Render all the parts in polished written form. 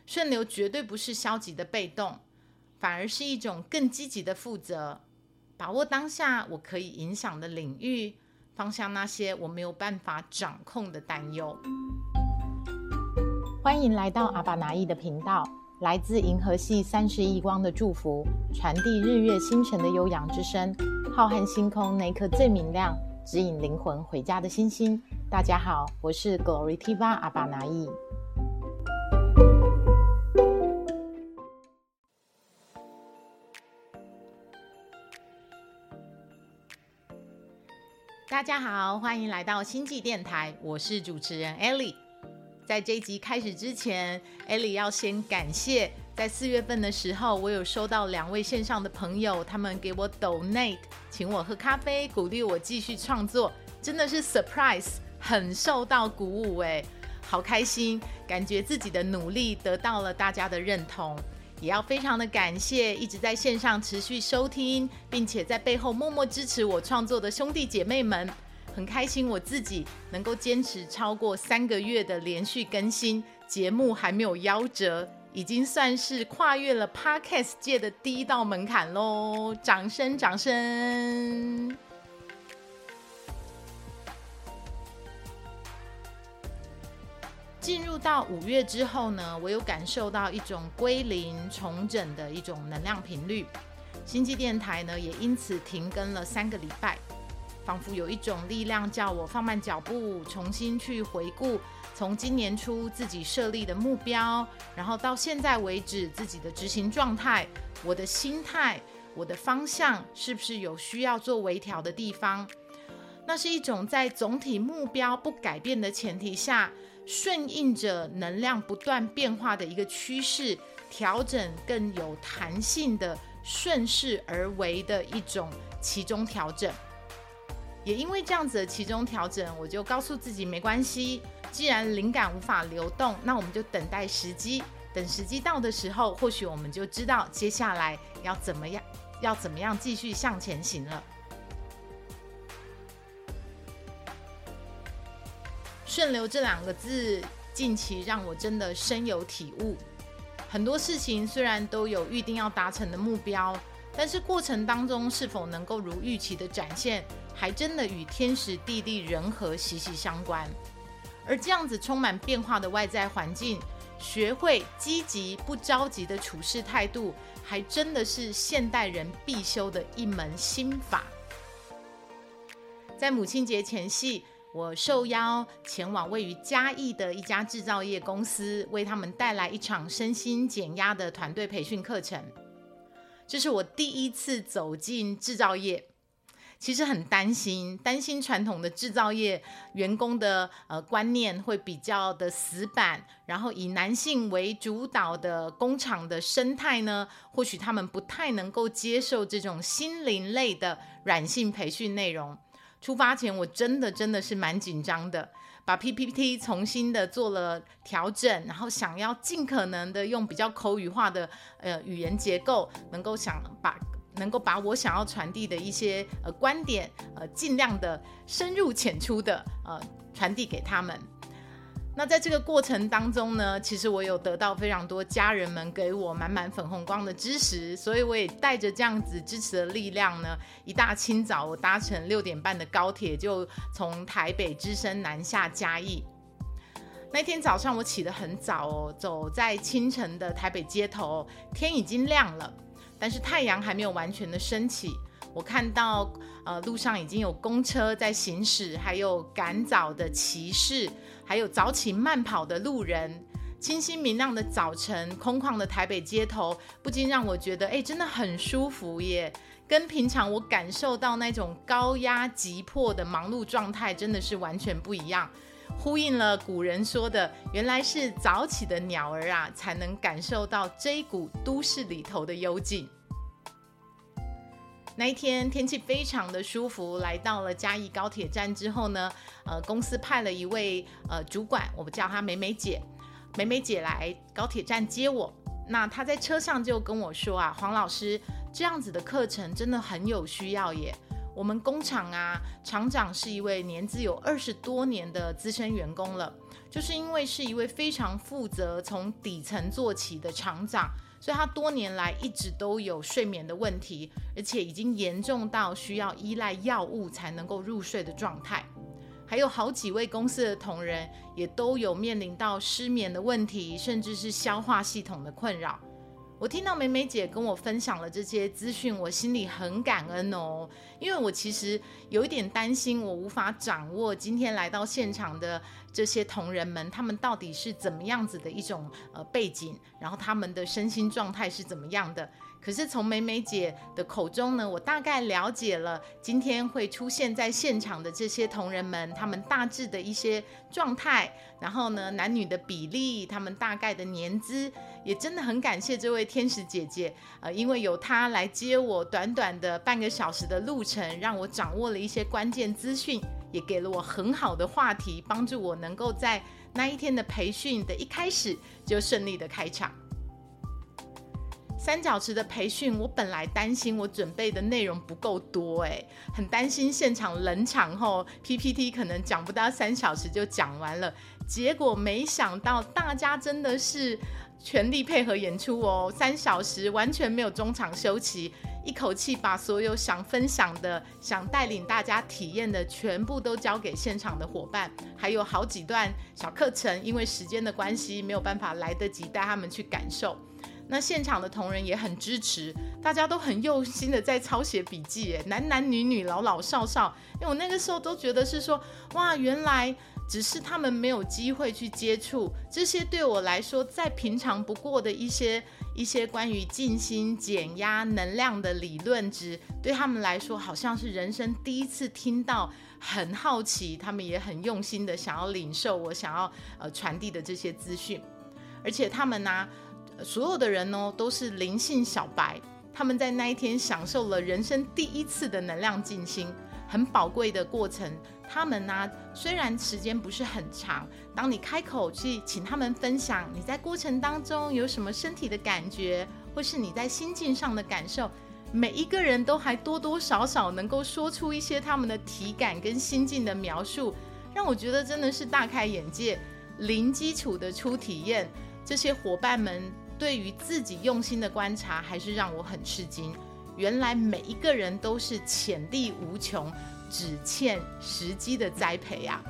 顺流绝对不是消极的被动，反而是一种更积极的负责，把握当下我可以影响的领域，放下那些我没有办法掌控的担忧。欢迎来到阿爸拿意的频道，来自银河系30亿光的祝福，传递日月星辰的悠扬之声，浩瀚星空那颗最明亮，指引灵魂回家的星星。大家好，我是 Glorytiva 阿爸拿意。大家好，欢迎来到星际电台，我是主持人 Ellie。 在这一集开始之前， Ellie 要先感谢在4月份的时候，我有收到2位线上的朋友，他们给我 donate 请我喝咖啡，鼓励我继续创作，真的是 surprise， 很受到鼓舞耶，好开心，感觉自己的努力得到了大家的认同。也要非常的感谢一直在线上持续收听，并且在背后默默支持我创作的兄弟姐妹们，很开心我自己能够坚持超过3个月的连续更新，节目还没有夭折，已经算是跨越了 Podcast 界的第一道门槛咯，掌声掌声。进入到5月之后呢，我有感受到一种归零重整的一种能量频率，星际电台呢也因此停更了3个礼拜，仿佛有一种力量叫我放慢脚步，重新去回顾从今年初自己设立的目标，然后到现在为止自己的执行状态，我的心态，我的方向是不是有需要做微调的地方。那是一种在总体目标不改变的前提下，顺应着能量不断变化的一个趋势，调整更有弹性的顺势而为的一种其中调整。也因为这样子的其中调整，我就告诉自己没关系，既然灵感无法流动，那我们就等待时机，等时机到的时候，或许我们就知道接下来要怎么样继续向前行了。顺流这2个字近期让我真的深有体悟，很多事情虽然都有预定要达成的目标，但是过程当中是否能够如预期的展现，还真的与天时地利人和息息相关。而这样子充满变化的外在环境，学会积极不着急的处事态度，还真的是现代人必修的一门心法。在母亲节前夕，我受邀前往位于嘉义的一家制造业公司，为他们带来一场身心减压的团队培训课程。这是我第一次走进制造业，其实很担心传统的制造业员工的观念会比较的死板，然后以男性为主导的工厂的生态呢，或许他们不太能够接受这种心灵类的软性培训内容。出发前我真的是蛮紧张的，把 PPT 重新的做了调整，然后想要尽可能的用比较口语化的语言结构，能够把我想要传递的一些观点尽量的深入浅出的传递给他们。那在这个过程当中呢，其实我有得到非常多家人们给我满满粉红光的支持，所以我也带着这样子支持的力量呢，一大清早我搭乘6点半的高铁，就从台北只身南下嘉义。那天早上我起得很早哦，走在清晨的台北街头，天已经亮了，但是太阳还没有完全的升起。我看到路上已经有公车在行驶，还有赶早的骑士，还有早起慢跑的路人。清新明亮的早晨，空旷的台北街头，不禁让我觉得真的很舒服耶，跟平常我感受到那种高压急迫的忙碌状态真的是完全不一样，呼应了古人说的，原来是早起的鸟儿啊，才能感受到这一股都市里头的幽静。那一天天气非常的舒服，来到了嘉义高铁站之后呢，公司派了一位主管，我叫她美美姐，美美姐来高铁站接我。那她在车上就跟我说啊，黄老师，这样子的课程真的很有需要耶， 我们工厂啊，厂长是一位年资有20多年的资深员工了，就是因为是一位非常负责从底层做起的厂长，所以他多年来一直都有睡眠的问题，而且已经严重到需要依赖药物才能够入睡的状态。还有好几位公司的同仁也都有面临到失眠的问题，甚至是消化系统的困扰。我听到美美姐跟我分享了这些资讯，我心里很感恩哦，因为我其实有一点担心，我无法掌握今天来到现场的这些同仁们，他们到底是怎么样子的一种背景，然后他们的身心状态是怎么样的。可是从美美姐的口中呢，我大概了解了今天会出现在现场的这些同仁们，他们大致的一些状态，然后呢，男女的比例，他们大概的年资，也真的很感谢这位天使姐姐，因为有她来接我，短短的半个小时的路程，让我掌握了一些关键资讯，也给了我很好的话题，帮助我能够在那一天的培训的一开始就顺利的开场。3角池的培训，我本来担心我准备的内容不够多，很担心现场冷场后 PPT 可能讲不到3小时就讲完了，结果没想到大家真的是全力配合演出哦，3小时完全没有中场休息，一口气把所有想分享的、想带领大家体验的全部都交给现场的伙伴，还有好几段小课程，因为时间的关系没有办法来得及带他们去感受。那现场的同仁也很支持，大家都很用心的在抄写笔记，男男女女老老少少，因为我那个时候都觉得是说，哇，原来只是他们没有机会去接触这些对我来说再平常不过的一些关于静心减压能量的理论值，对他们来说好像是人生第一次听到，很好奇，他们也很用心的想要领受我想要传递的这些资讯。而且他们所有的人都是灵性小白，他们在那一天享受了人生第一次的能量静心，很宝贵的过程。他们虽然时间不是很长，当你开口去请他们分享你在过程当中有什么身体的感觉，或是你在心境上的感受，每一个人都还多多少少能够说出一些他们的体感跟心境的描述，让我觉得真的是大开眼界。零基础的初体验，这些伙伴们对于自己用心的观察还是让我很吃惊，原来每一个人都是潜力无穷，只欠时机的栽培啊。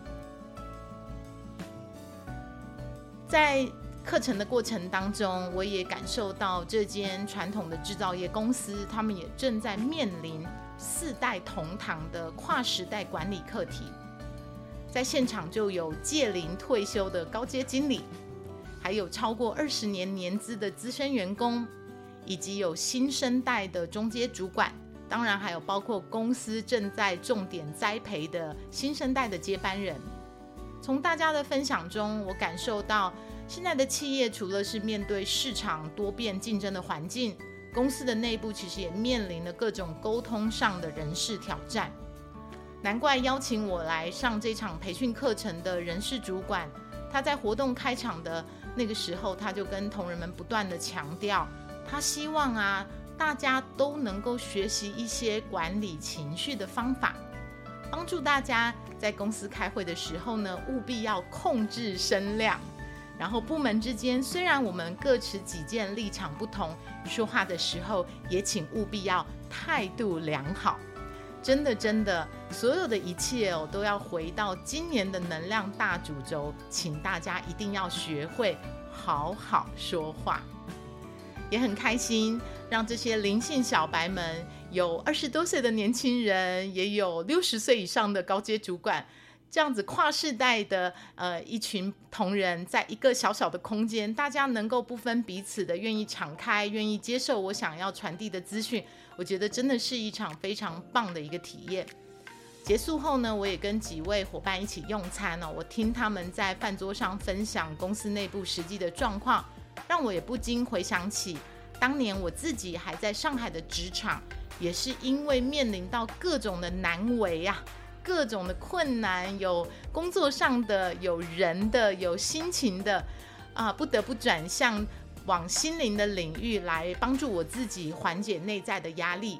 在课程的过程当中，我也感受到这间传统的制造业公司，他们也正在面临4代同堂的跨时代管理课题。在现场就有届龄退休的高阶经理，还有超过20年年资的资深员工，以及有新生代的中阶主管，当然还有包括公司正在重点栽培的新生代的接班人。从大家的分享中，我感受到现在的企业除了是面对市场多变竞争的环境，公司的内部其实也面临了各种沟通上的人事挑战。难怪邀请我来上这场培训课程的人事主管，他在活动开场的那个时候，他就跟同仁们不断的强调，他希望大家都能够学习一些管理情绪的方法，帮助大家在公司开会的时候呢，务必要控制声量，然后部门之间虽然我们各持己见，立场不同，说话的时候也请务必要态度良好。真的，所有的一切都要回到今年的能量大主轴，请大家一定要学会好好说话。也很开心，让这些灵性小白们，有20多岁的年轻人，也有60岁以上的高阶主管，这样子跨世代的一群同仁，在一个小小的空间，大家能够不分彼此的愿意敞开，愿意接受我想要传递的资讯，我觉得真的是一场非常棒的一个体验。结束后呢，我也跟几位伙伴一起用餐我听他们在饭桌上分享公司内部实际的状况，让我也不禁回想起当年我自己还在上海的职场，也是因为面临到各种的难为各种的困难，有工作上的，有人的，有心情的不得不转向往心灵的领域来帮助我自己缓解内在的压力，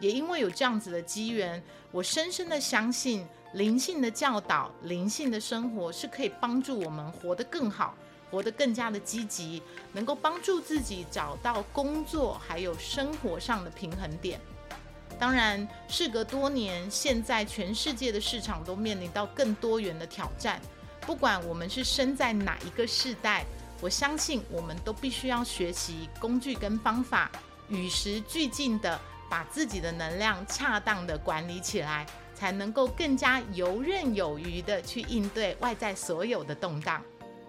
也因为有这样子的机缘，我深深的相信灵性的教导、灵性的生活是可以帮助我们活得更好，活得更加的积极，能够帮助自己找到工作还有生活上的平衡点。当然，事隔多年，现在全世界的市场都面临到更多元的挑战。不管我们是身在哪一个世代，我相信我们都必须要学习工具跟方法，与时俱进的把自己的能量恰当的管理起来，才能够更加游刃有余的去应对外在所有的动荡。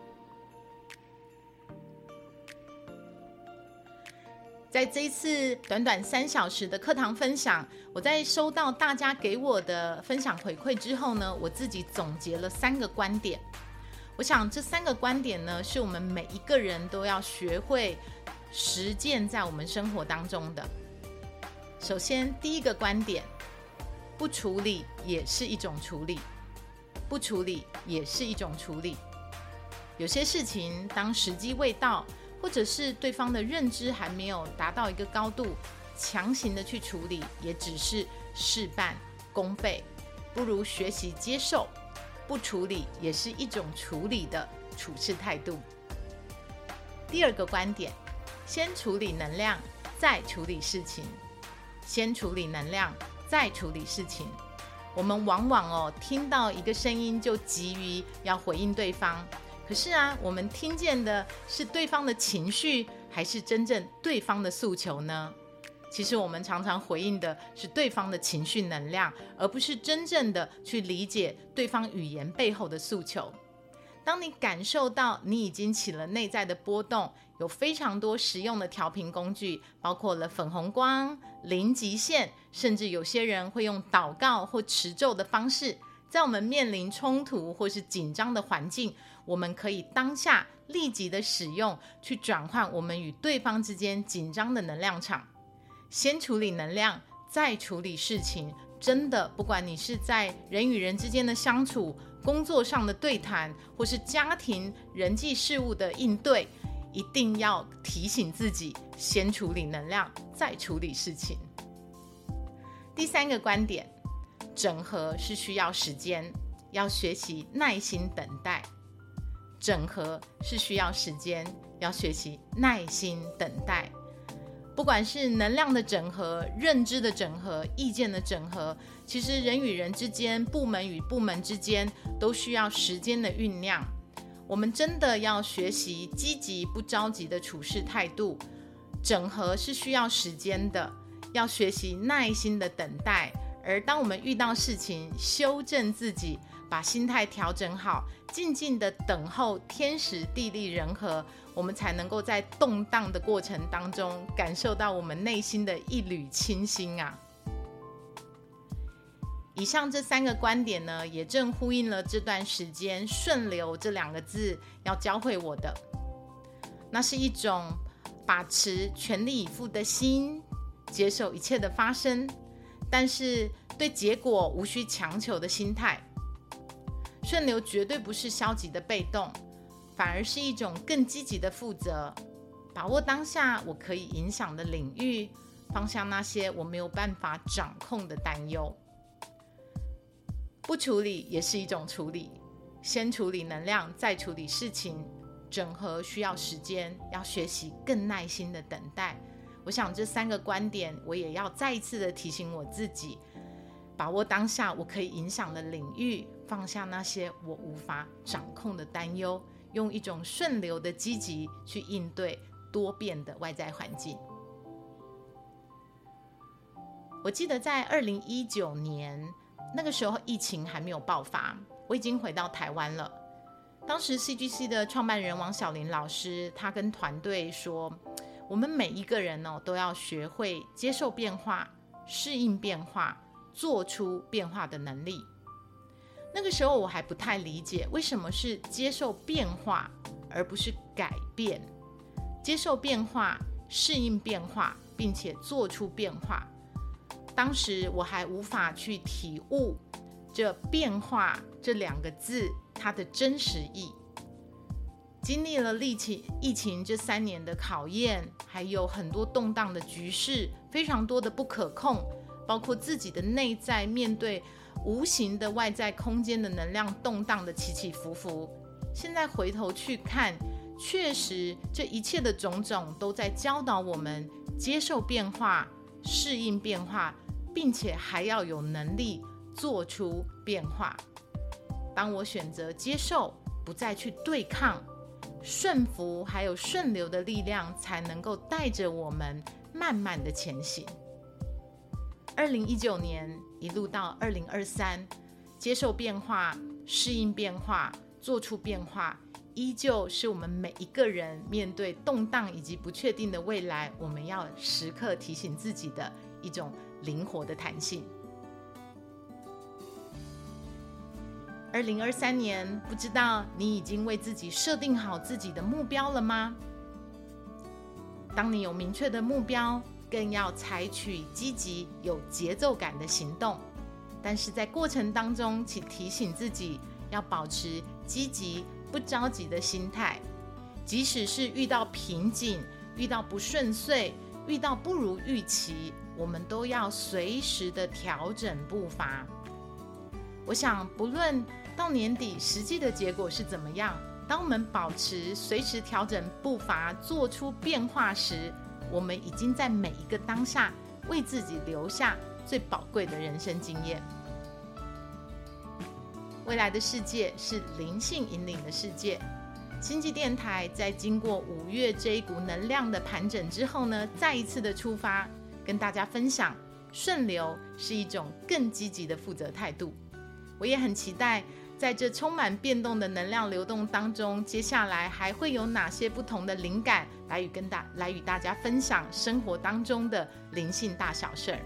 在这一次短短3小时的课堂分享，我在收到大家给我的分享回馈之后呢，我自己总结了3个观点。我想这3个观点呢，是我们每一个人都要学会实践在我们生活当中的。首先，第一个观点，不处理也是一种处理，不处理也是一种处理。有些事情当时机未到，或者是对方的认知还没有达到一个高度，强行的去处理也只是事半功倍，不如学习接受，不处理也是一种处理的处事态度。第二个观点，先处理能量，再处理事情。先处理能量，再处理事情。我们往往听到一个声音就急于要回应对方，可是我们听见的是对方的情绪，还是真正对方的诉求呢？其实我们常常回应的是对方的情绪能量，而不是真正的去理解对方语言背后的诉求。当你感受到你已经起了内在的波动，有非常多实用的调频工具，包括了粉红光、零极限，甚至有些人会用祷告或持咒的方式，在我们面临冲突或是紧张的环境，我们可以当下立即的使用，去转换我们与对方之间紧张的能量场。先处理能量，再处理事情，真的不管你是在人与人之间的相处，工作上的对谈，或是家庭人际事务的应对，一定要提醒自己，先处理能量，再处理事情。第3个观点，整合是需要时间，要学习耐心等待。整合是需要时间，要学习耐心等待。不管是能量的整合、认知的整合、意见的整合，其实人与人之间、部门与部门之间都需要时间的酝酿。我们真的要学习积极不着急的处事态度。整合是需要时间的，要学习耐心的等待。而当我们遇到事情，修正自己，把心态调整好，静静的等候天时地利人和，我们才能够在动荡的过程当中感受到我们内心的一缕清新啊。以上这3个观点呢，也正呼应了这段时间顺流这2个字要教会我的。那是一种把持全力以赴的心，接受一切的发生，但是对结果无需强求的心态。顺流绝对不是消极的被动，反而是一种更积极的负责，把握当下我可以影响的领域，放下那些我没有办法掌控的担忧。不处理也是一种处理，先处理能量，再处理事情。整合需要时间，要学习更耐心的等待。我想这3个观点，我也要再一次的提醒我自己，把握当下我可以影响的领域，放下那些我无法掌控的担忧，用一种顺流的积极去应对多变的外在环境。我记得在2019年，那个时候疫情还没有爆发，我已经回到台湾了。当时 CGC 的创办人王小林老师，他跟团队说，我们每一个人都要学会接受变化、适应变化、做出变化的能力。那个时候我还不太理解，为什么是接受变化而不是改变。接受变化、适应变化，并且做出变化。当时我还无法去体悟这变化这2个字它的真实意。经历了疫情这3年的考验，还有很多动荡的局势，非常多的不可控， 包括自己的内在面对无形的外在空间的能量动荡的起起伏伏。现在回头去看，确实这一切的种种都在教导我们接受变化、适应变化，并且还要有能力做出变化。当我选择接受，不再去对抗，顺服还有顺流的力量才能够带着我们慢慢的前行。2019年一路到2023，接受变化、适应变化、做出变化，依旧是我们每一个人面对动荡以及不确定的未来，我们要时刻提醒自己的一种灵活的弹性。2023年，不知道你已经为自己设定好自己的目标了吗？当你有明确的目标，更要采取积极有节奏感的行动，但是在过程当中，请提醒自己要保持积极不着急的心态，即使是遇到瓶颈、遇到不顺遂、遇到不如预期，我们都要随时的调整步伐。我想不论到年底实际的结果是怎么样，当我们保持随时调整步伐做出变化时，我们已经在每一个当下为自己留下最宝贵的人生经验。未来的世界是灵性引领的世界，星际电台在经过5月这一股能量的盘整之后呢，再一次的出发，跟大家分享顺流是一种更积极的负责态度。我也很期待在这充满变动的能量流动当中，接下来还会有哪些不同的灵感来与大家分享生活当中的灵性大小事儿。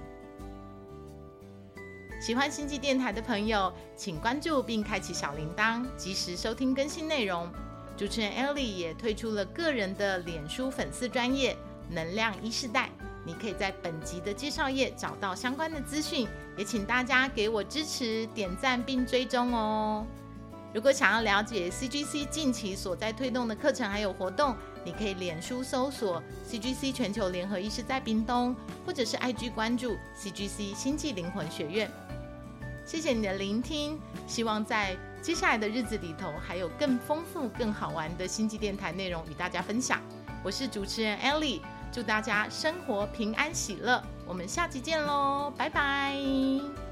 喜欢星际电台的朋友，请关注并开启小铃铛，及时收听更新内容。主持人 Ellie 也推出了个人的脸书粉丝专页能量1世代，你可以在本集的介绍页找到相关的资讯，也请大家给我支持、点赞并追踪哦。如果想要了解 CGC 近期所在推动的课程还有活动，你可以脸书搜索 CGC 全球联合意识在屏东，或者是 IG 关注 CGC 星际灵魂学院。谢谢你的聆听，希望在接下来的日子里头还有更丰富更好玩的星际电台内容与大家分享。我是主持人 Ellie， 祝大家生活平安喜乐，我们下集见咯，拜拜。